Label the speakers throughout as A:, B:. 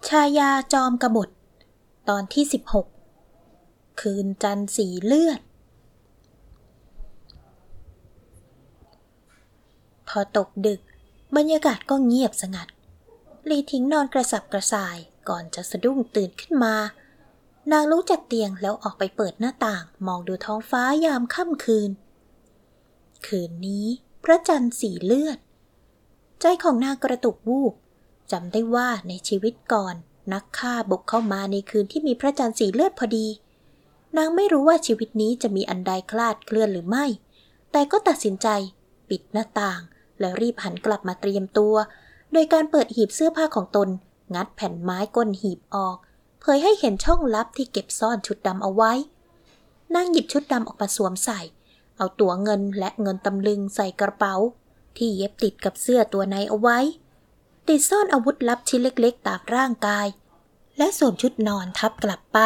A: ชายาจอมกบฏตอนที่16คืนจันทร์สีเลือดพอตกดึกบรรยากาศก็เงียบสงัดลีทิ้งนอนกระสับกระส่ายก่อนจะสะดุ้งตื่นขึ้นมานางลุกจากเตียงแล้วออกไปเปิดหน้าต่างมองดูท้องฟ้ายามค่ำคืนนี้พระจันทร์สีเลือดใจของนางกระตุกวูบจำได้ว่าในชีวิตก่อนนักฆ่าบุกเข้ามาในคืนที่มีพระจันทร์สีเลือดพอดีนางไม่รู้ว่าชีวิตนี้จะมีอันใดคลาดเคลื่อนหรือไม่แต่ก็ตัดสินใจปิดหน้าต่างแล้วรีบหันกลับมาเตรียมตัวโดยการเปิดหีบเสื้อผ้าของตนงัดแผ่นไม้ก้นหีบออกเผยให้เห็นช่องลับที่เก็บซ่อนชุดดำเอาไว้นางหยิบชุดดำออกมาสวมใส่เอาตั๋วเงินและเงินตำลึงใส่กระเป๋าที่เย็บติดกับเสื้อตัวในเอาไว้ติดซ่อนอาวุธลับชิ้นเล็กๆตามร่างกายและสวมชุดนอนทับกลับไป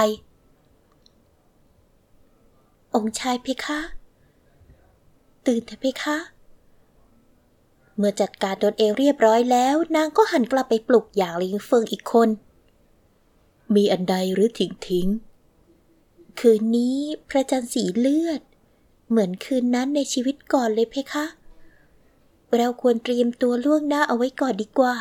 A: องค์ชายเพคะตื่นเถอะเพคะเมื่อจัดการตนเองเรียบร้อยแล้วนางก็หันกลับไปปลุกอย่างลิงเฟิงอีกคนมีอันใดหรือทิ้งคืนนี้พระจันทร์สีเลือดเหมือนคืนนั้นในชีวิตก่อนเลยเพคะเราควรเตรียมตัวล่วงหน้าเอาไว้ก่อนดีกว่า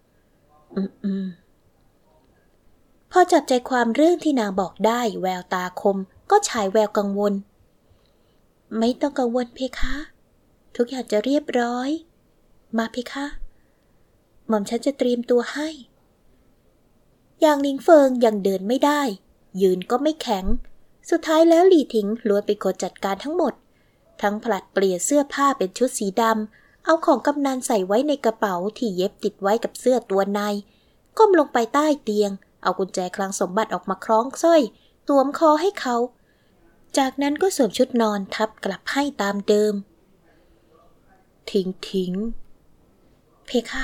A: พอจับใจความเรื่องที่นางบอกได้แววตาคมก็ฉายแววกังวลไม่ต้องกังวลเพคะทุกอย่างจะเรียบร้อยมาเพคะหม่อมฉันจะเตรียมตัวให้อย่างลิงเฟิงยังเดินไม่ได้ยืนก็ไม่แข็งสุดท้ายแล้วหลี่ถิงล้วนเป็นคนจัดการทั้งหมดทั้งผลัดเปลี่ยนเสื้อผ้าเป็นชุดสีดำเอาของกำนันใส่ไว้ในกระเป๋าที่เย็บติดไว้กับเสื้อตัวในก้มลงไปใต้เตียงเอากุญแจคลังสมบัติออกมาคล้องสร้อยตวมคอให้เขาจากนั้นก็สวมชุดนอนทับกลับให้ตามเดิมทิ้งเพคะ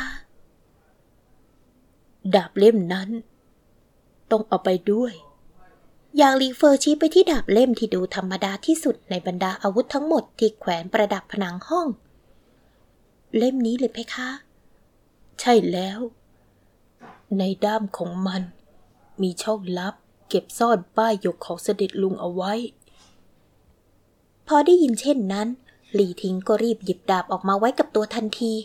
A: ดาบเล่มนั้นต้องเอาไปด้วยอย่างลีเฟอร์ชี้ไปที่ดาบเล่มที่ดูธรรมดาที่สุดในบรรดาอาวุธทั้งหมดที่แขวนประดับผนังห้องเล่มนี้เลยเพคะใช่แล้วในด้ามของมันมีช่องลับเก็บซ่อนป้ายหยกของเสด็จลุงเอาไว้พอได้ยินเช่นนั้นหลี่ทิ้งก็รีบหยิบดาบออกมาไว้กับตัวทันที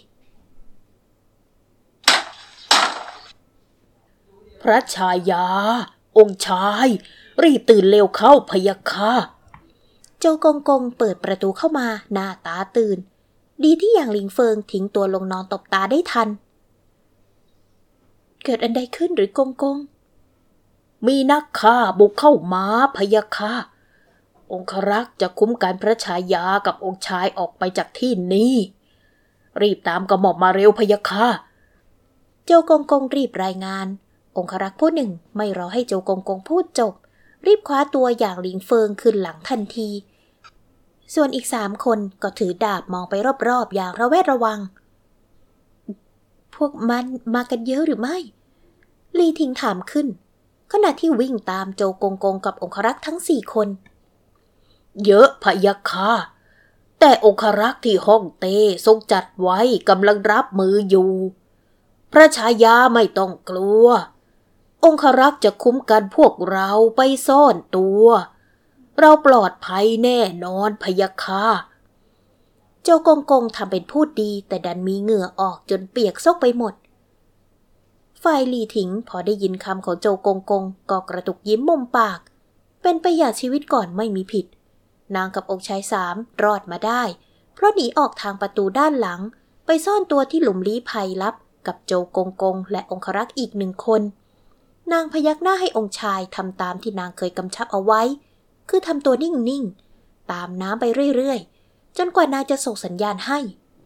A: พระชายาองค์ชายรีบตื่นเร็วเข้าพะยะค่ะโจกงกงเปิดประตูเข้ามาหน้าตาตื่นดีที่อย่างลิงเฟิงทิ้งตัวลงนอนตบตาได้ทันเกิดอันใดขึ้นหรือกงกงมีนักฆ่าบุกเข้ามาพะยะค่ะองครักษ์จะคุ้มกันพระชายากับองค์ชายออกไปจากที่นี้รีบตามกระหม่อมมาเร็วพะยะค่ะโจกงกงรีบรายงานองครักษ์ผู้หนึ่งไม่รอให้โจกงกงพูดจบรีบคว้าตัวอย่างลิงเฟิงขึ้นหลังทันทีส่วนอีก3 คนก็ถือดาบมองไปรอบๆอย่างระแวดระวังพวกมันมากันเยอะหรือไม่ลีทิงถามขึ้นขณะที่วิ่งตามโจกงกงกับองครักษ์ทั้ง4 คนเยอะพะยะค่ะแต่องครักษ์ที่ฮ่องเต้ทรงจัดไว้กำลังรับมืออยู่พระชายาไม่ต้องกลัวองครักษ์จะคุ้มกันพวกเราไปซ่อนตัวเราปลอดภัยแน่นอนพะยะค่ะโจกงกงทำเป็นพูดดีแต่ดันมีเหงื่อออกจนเปียกซกไปหมดฝ่ายหลี่ถิงพอได้ยินคำของโจกงกงก็กระตุกยิ้มมุมปากเป็นไปอย่างชีวิตก่อนไม่มีผิดนางกับองค์ชาย3รอดมาได้เพราะหนีออกทางประตูด้านหลังไปซ่อนตัวที่หลุมลี้ภัยลับกับโจกงกงและองครักษ์อีก1 คนนางพยักหน้าให้องค์ชายทำตามที่นางเคยกำชับเอาไว้คือทำตัวนิ่งๆตามน้ำไปเรื่อยๆจนกว่านางจะส่งสัญญาณให้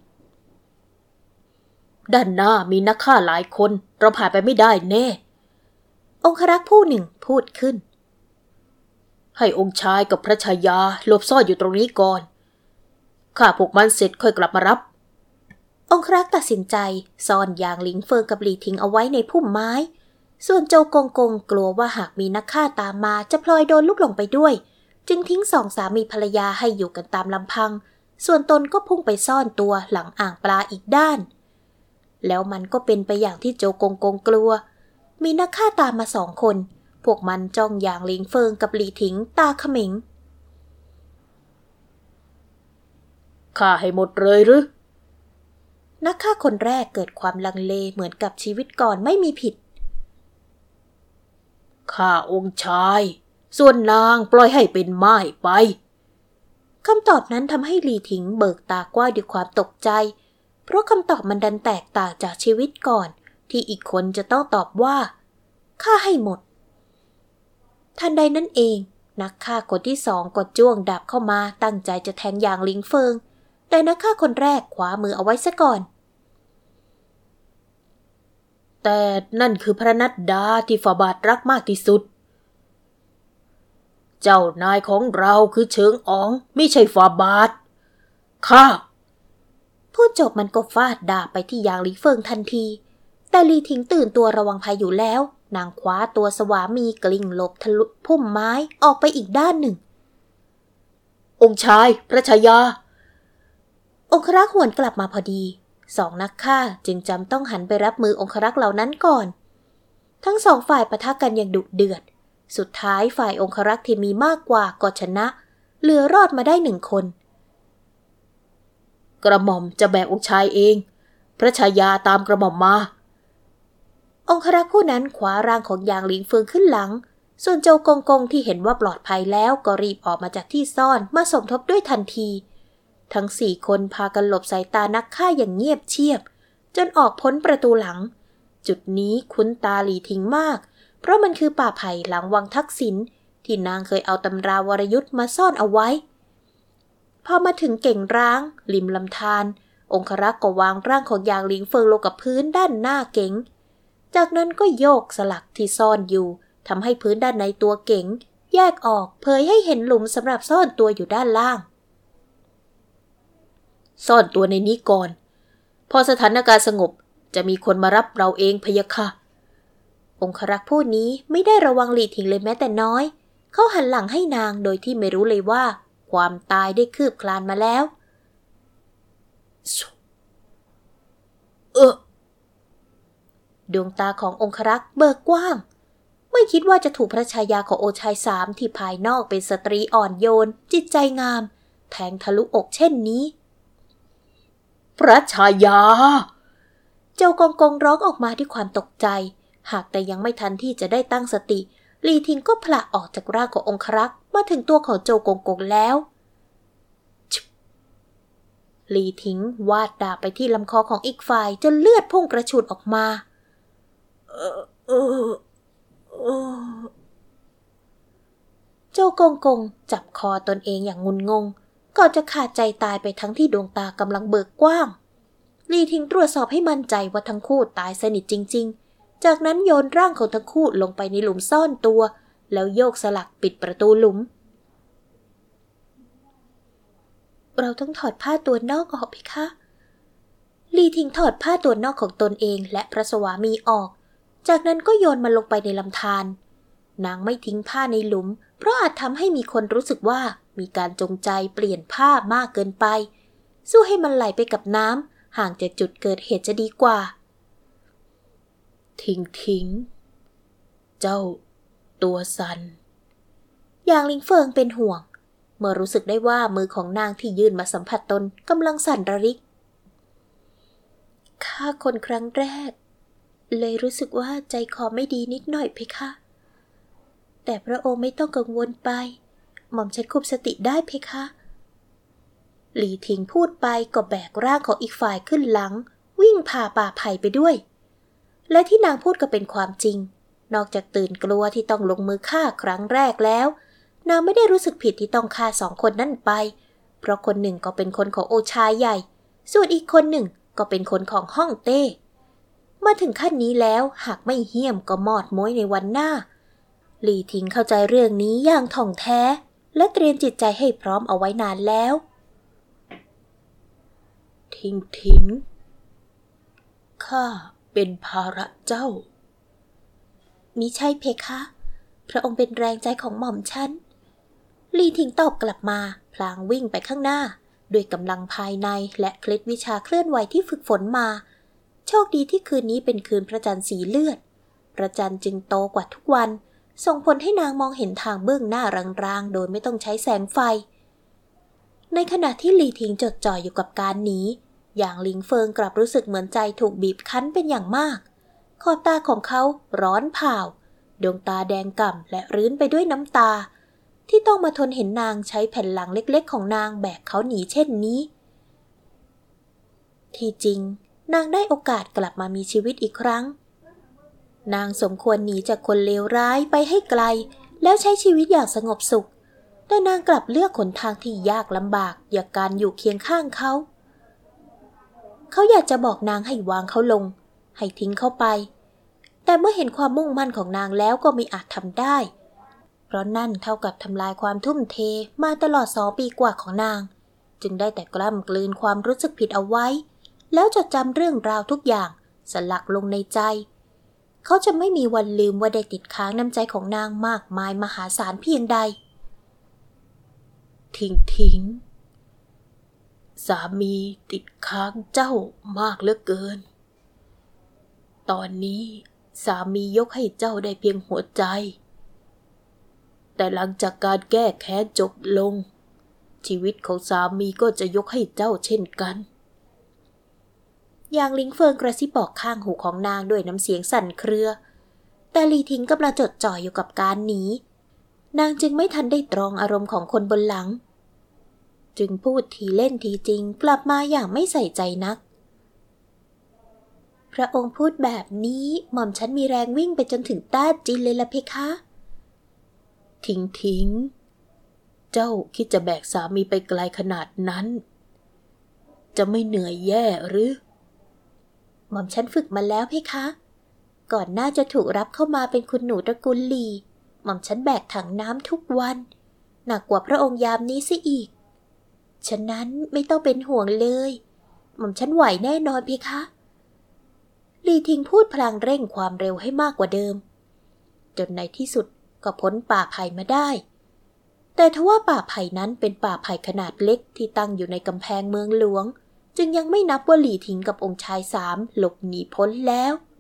A: ด้านหน้ามีนักฆ่าหลายคนเราผ่านไปไม่ได้แน่องครักษ์ผู้หนึ่งพูดขึ้นให้องค์ชายกับพระชายาหลบซ่อนอยู่ตรงนี้ก่อนข้าพวกมันเสร็จค่อยกลับมารับองครักษ์ตัดสินใจซ่อนยางลิงเฟิงกับหลี่ทิงเอาไว้ในพุ่มไม้ส่วนโจกงกงกลัวว่าหากมีนักฆ่าตามมาจะพลอยโดนลูกหลงไปด้วยจึงทิ้ง2 สามีภรรยาให้อยู่กันตามลำพังส่วนตนก็พุ่งไปซ่อนตัวหลังอ่างปลาอีกด้านแล้วมันก็เป็นไปอย่างที่โจกงกงกลัวมีนักฆ่าตามมา2 คนพวกมันจ้องอย่างหลิงเฟิงกับหลี่ถิงตาเขม็ง
B: ฆ่าให้หมดเลยหรือ
A: นักฆ่าคนแรกเกิดความลังเลเหมือนกับชีวิตก่อนไม่มีผิด
B: ฆ่าองค์ชายส่วนนางปล่อยให้เป็นม่ายไป
A: คำตอบนั้นทำให้หลี่ถิงเบิกตากว้างด้วยความตกใจเพราะคำตอบมันดันแตกต่างจากชีวิตก่อนที่อีกคนจะต้องตอบว่าฆ่าให้หมดทันใดนั้นเองนักฆ่าคนที่2ก็จ้วงดาบเข้ามาตั้งใจจะแทงอย่างหลิงเฟิงแต่นักฆ่าคนแรกขวามือเอาไว้ซะก่อน
B: แต่นั่นคือพระนัดดาที่ฝ่าบาทรักมากที่สุดเจ้านายของเราคือเฉิงอ๋องไม่ใช่ฝ่าบาทข้า
A: พูดจบมันก็ฟาดดาบไปที่หยางหลิงเฟิงทันทีแต่หลี่ถิงตื่นตัวระวังภัยอยู่แล้วนางคว้าตัวสวามีกลิ้งหลบทะลุพุ่มไม้ออกไปอีกด้านหนึ่ง
B: องค์ชายพระชายา
A: องครักษ์หวนกลับมาพอดี2 นักฆ่าจึงจำต้องหันไปรับมือองครักษ์เหล่านั้นก่อนทั้ง2 ฝ่ายปะทะกันอย่างดุเดือดสุดท้ายฝ่ายองครักษ์ที่มีมากกว่าก็ชนะเหลือรอดมาได้1 คน
B: กระหม่อมจะแบกองค์ชายเองพระชายาตามกระหม่อมมา
A: องครักษ์ผู้นั้นคว้าร่างของหยางหลิงเฟิงขึ้นหลังส่วนโจวกงกงที่เห็นว่าปลอดภัยแล้วก็รีบออกมาจากที่ซ่อนมาสมทบด้วยทันทีทั้ง4 คนพากันหลบสายตานักฆ่าอย่างเงียบเชียบจนออกพ้นประตูหลังจุดนี้คุ้นตาหลี่ถิงมากเพราะมันคือป่าไผ่หลังวังทักษิณที่นางเคยเอาตำราวรยุทธ์มาซ่อนเอาไว้พอมาถึงเก่งร้างริมลำธารองครักษ์ก็วางร่างของหยางหลิงเฟิงลงกับพื้นด้านหน้าเก๋งจากนั้นก็โยกสลักที่ซ่อนอยู่ทำให้พื้นด้านในตัวเก๋งแยกออกเผยให้เห็นหลุมสำหรับซ่อนตัวอยู่ด้านล่าง
B: ซ่อนตัวในนี้ก่อนพอสถานการณ์สงบจะมีคนมารับเราเองพะยะค่ะ
A: องครักษ์ผู้นี้ไม่ได้ระวังหลี่ถิงเลยแม้แต่น้อยเขาหันหลังให้นางโดยที่ไม่รู้เลยว่าความตายได้คืบคลานมาแล้วดวงตาขององครักษ์เบิกกว้างไม่คิดว่าจะถูกพระชายาของโอชาย3ที่ภายนอกเป็นสตรีอ่อนโยนจิตใจงามแทงทะลุอกเช่นนี้
B: พระชายา
A: เจ้ากงกงร้องออกมาด้วยความตกใจหากแต่ยังไม่ทันที่จะได้ตั้งสติหลี่ทิงก็ผละออกจากร่างขององครักษ์มาถึงตัวของโจวกงกงแล้วหลี่ทิงวาดดาบไปที่ลำคอของอีกฝ่ายจนเลือดพุ่งกระฉูดออกมาโจวกงกงจับคอตนเองอย่างงุนงงก่อนจะขาดใจตายไปทั้งที่ดวงตากำลังเบิกกว้างหลี่ทิงตรวจสอบให้มั่นใจว่าทั้งคู่ตายสนิทจริงๆจากนั้นโยนร่างของทั้งคู่ลงไปในหลุมซ่อนตัวแล้วโยกสลักปิดประตูหลุมเราต้องถอดผ้าตัวนอกออกไหมคะหลี่ทิงถอดผ้าตัวนอกของตนเองและพระสวามีออกจากนั้นก็โยนมันลงไปในลำธารนางไม่ทิ้งผ้าในหลุมเพราะอาจทำให้มีคนรู้สึกว่ามีการจงใจเปลี่ยนผ้ามากเกินไปสู้ให้มันไหลไปกับน้ำห่างจากจุดเกิดเหตุจะดีกว่า
B: ทิ้งเจ้าตัวสั่น
A: หยางหลิงเฟิงเป็นห่วงเมื่อรู้สึกได้ว่ามือของนางที่ยื่นมาสัมผัสตนกำลังสั่นระริกข้าคนครั้งแรกเลยรู้สึกว่าใจคอไม่ดีนิดหน่อยเพคะแต่พระองค์ไม่ต้องกังวลไปหม่อมฉันคุมสติได้เพคะหลี่ถิงพูดไปก็แบกร่างของอีกฝ่ายขึ้นหลังวิ่งผ่าป่าไผ่ไปด้วยและที่นางพูดก็เป็นความจริงนอกจากตื่นกลัวที่ต้องลงมือฆ่าครั้งแรกแล้วนางไม่ได้รู้สึกผิดที่ต้องฆ่า2 คนนั่นไปเพราะคนหนึ่งก็เป็นคนของโอชายใหญ่ส่วนอีกคนหนึ่งก็เป็นคนของฮ่องเต้มาถึงขั้นนี้แล้วหากไม่เหี้ยมก็มอดม้วยในวันหน้าหลี่ถิงเข้าใจเรื่องนี้อย่างถ่องแท้และเตรียมจิตใจให้พร้อมเอาไว้นานแล้ว
B: ทิ้งข้าเป็นภาระเจ้า
A: มิใช่เพคะ พระองค์เป็นแรงใจของหม่อมฉันลี่ถิงตอบกลับมาพลางวิ่งไปข้างหน้าด้วยกำลังภายในและเคล็ดวิชาเคลื่อนไหวที่ฝึกฝนมาโชคดีที่คืนนี้เป็นคืนพระจันทร์สีเลือดพระจันทร์จึงโตกว่าทุกวันส่งผลให้นางมองเห็นทางเบื้องหน้ารางๆโดยไม่ต้องใช้แสงไฟในขณะที่หลี่ทิงจดจ่ออยู่กับการหนีอย่างหลิงเฟิงกลับรู้สึกเหมือนใจถูกบีบคั้นเป็นอย่างมากขอบตาของเขาร้อนเผาดวงตาแดงก่ำและรื้นไปด้วยน้ำตาที่ต้องมาทนเห็นนางใช้แผ่นหลังเล็กๆของนางแบกเขาหนีเช่นนี้ที่จริงนางได้โอกาสกลับมามีชีวิตอีกครั้งนางสมควรหนีจากคนเลวร้ายไปให้ไกลแล้วใช้ชีวิตอย่างสงบสุขแต่นางกลับเลือกหนทางที่ยากลำบากอย่างการอยู่เคียงข้างเขาอยากจะบอกนางให้วางเขาลงให้ทิ้งเขาไปแต่เมื่อเห็นความมุ่งมั่นของนางแล้วก็ไม่อาจทำได้เพราะนั่นเท่ากับทำลายความทุ่มเทมาตลอด2 ปีกว่าของนางจึงได้แต่กล้ำกลืนความรู้สึกผิดเอาไว้แล้วจดจำเรื่องราวทุกอย่างสลักลงในใจเขาจะไม่มีวันลืมว่าได้ติดค้างน้ำใจของนางมากมายมหาศาลเพียงใดทิ้งสามีติดค้างเจ้ามากเหลือเกินตอนนี้สามียกให้เจ้าได้เพียงหัวใจแต่หลังจากการแก้แค้นจบลงชีวิตของสามีก็จะยกให้เจ้าเช่นกันอย่างหลิงเฟิงกระซิบบอกข้างหูของนางด้วยน้ำเสียงสั่นเครือแต่หลี่ทิงกำลังจดจ่ออยู่กับการหนีนางจึงไม่ทันได้ตรองอารมณ์ของคนบนหลังจึงพูดทีเล่นทีจริงกลับมาอย่างไม่ใส่ใจนักพระองค์พูดแบบนี้หม่อมฉันมีแรงวิ่งไปจนถึงต้าจินเลยล่ะเพคะทิ้งเจ้าคิดจะแบกสามีไปไกลขนาดนั้นจะไม่เหนื่อยแย่หรือหม่อมฉันฝึกมาแล้วเพคะก่อนหน้าจะถูกรับเข้ามาเป็นคุณหนูตระกูลหลี่หม่อมฉันแบกถังน้ำทุกวันหนักกว่าพระองค์ยามนี้ซิอีกฉะนั้นไม่ต้องเป็นห่วงเลยหม่อมฉันไหวแน่นอนเพคะหลี่ทิงพูดพลางเร่งความเร็วให้มากกว่าเดิมจนในที่สุดก็พ้นป่าไผ่มาได้แต่ทว่าป่าไผ่นั้นเป็นป่าไผ่ขนาดเล็กที่ตั้งอยู่ในกำแพงเมืองหลวงจึงยังไม่นับว่าหลี่ทิงกับองค์ชาย3หลบหนีพ้นแล้ว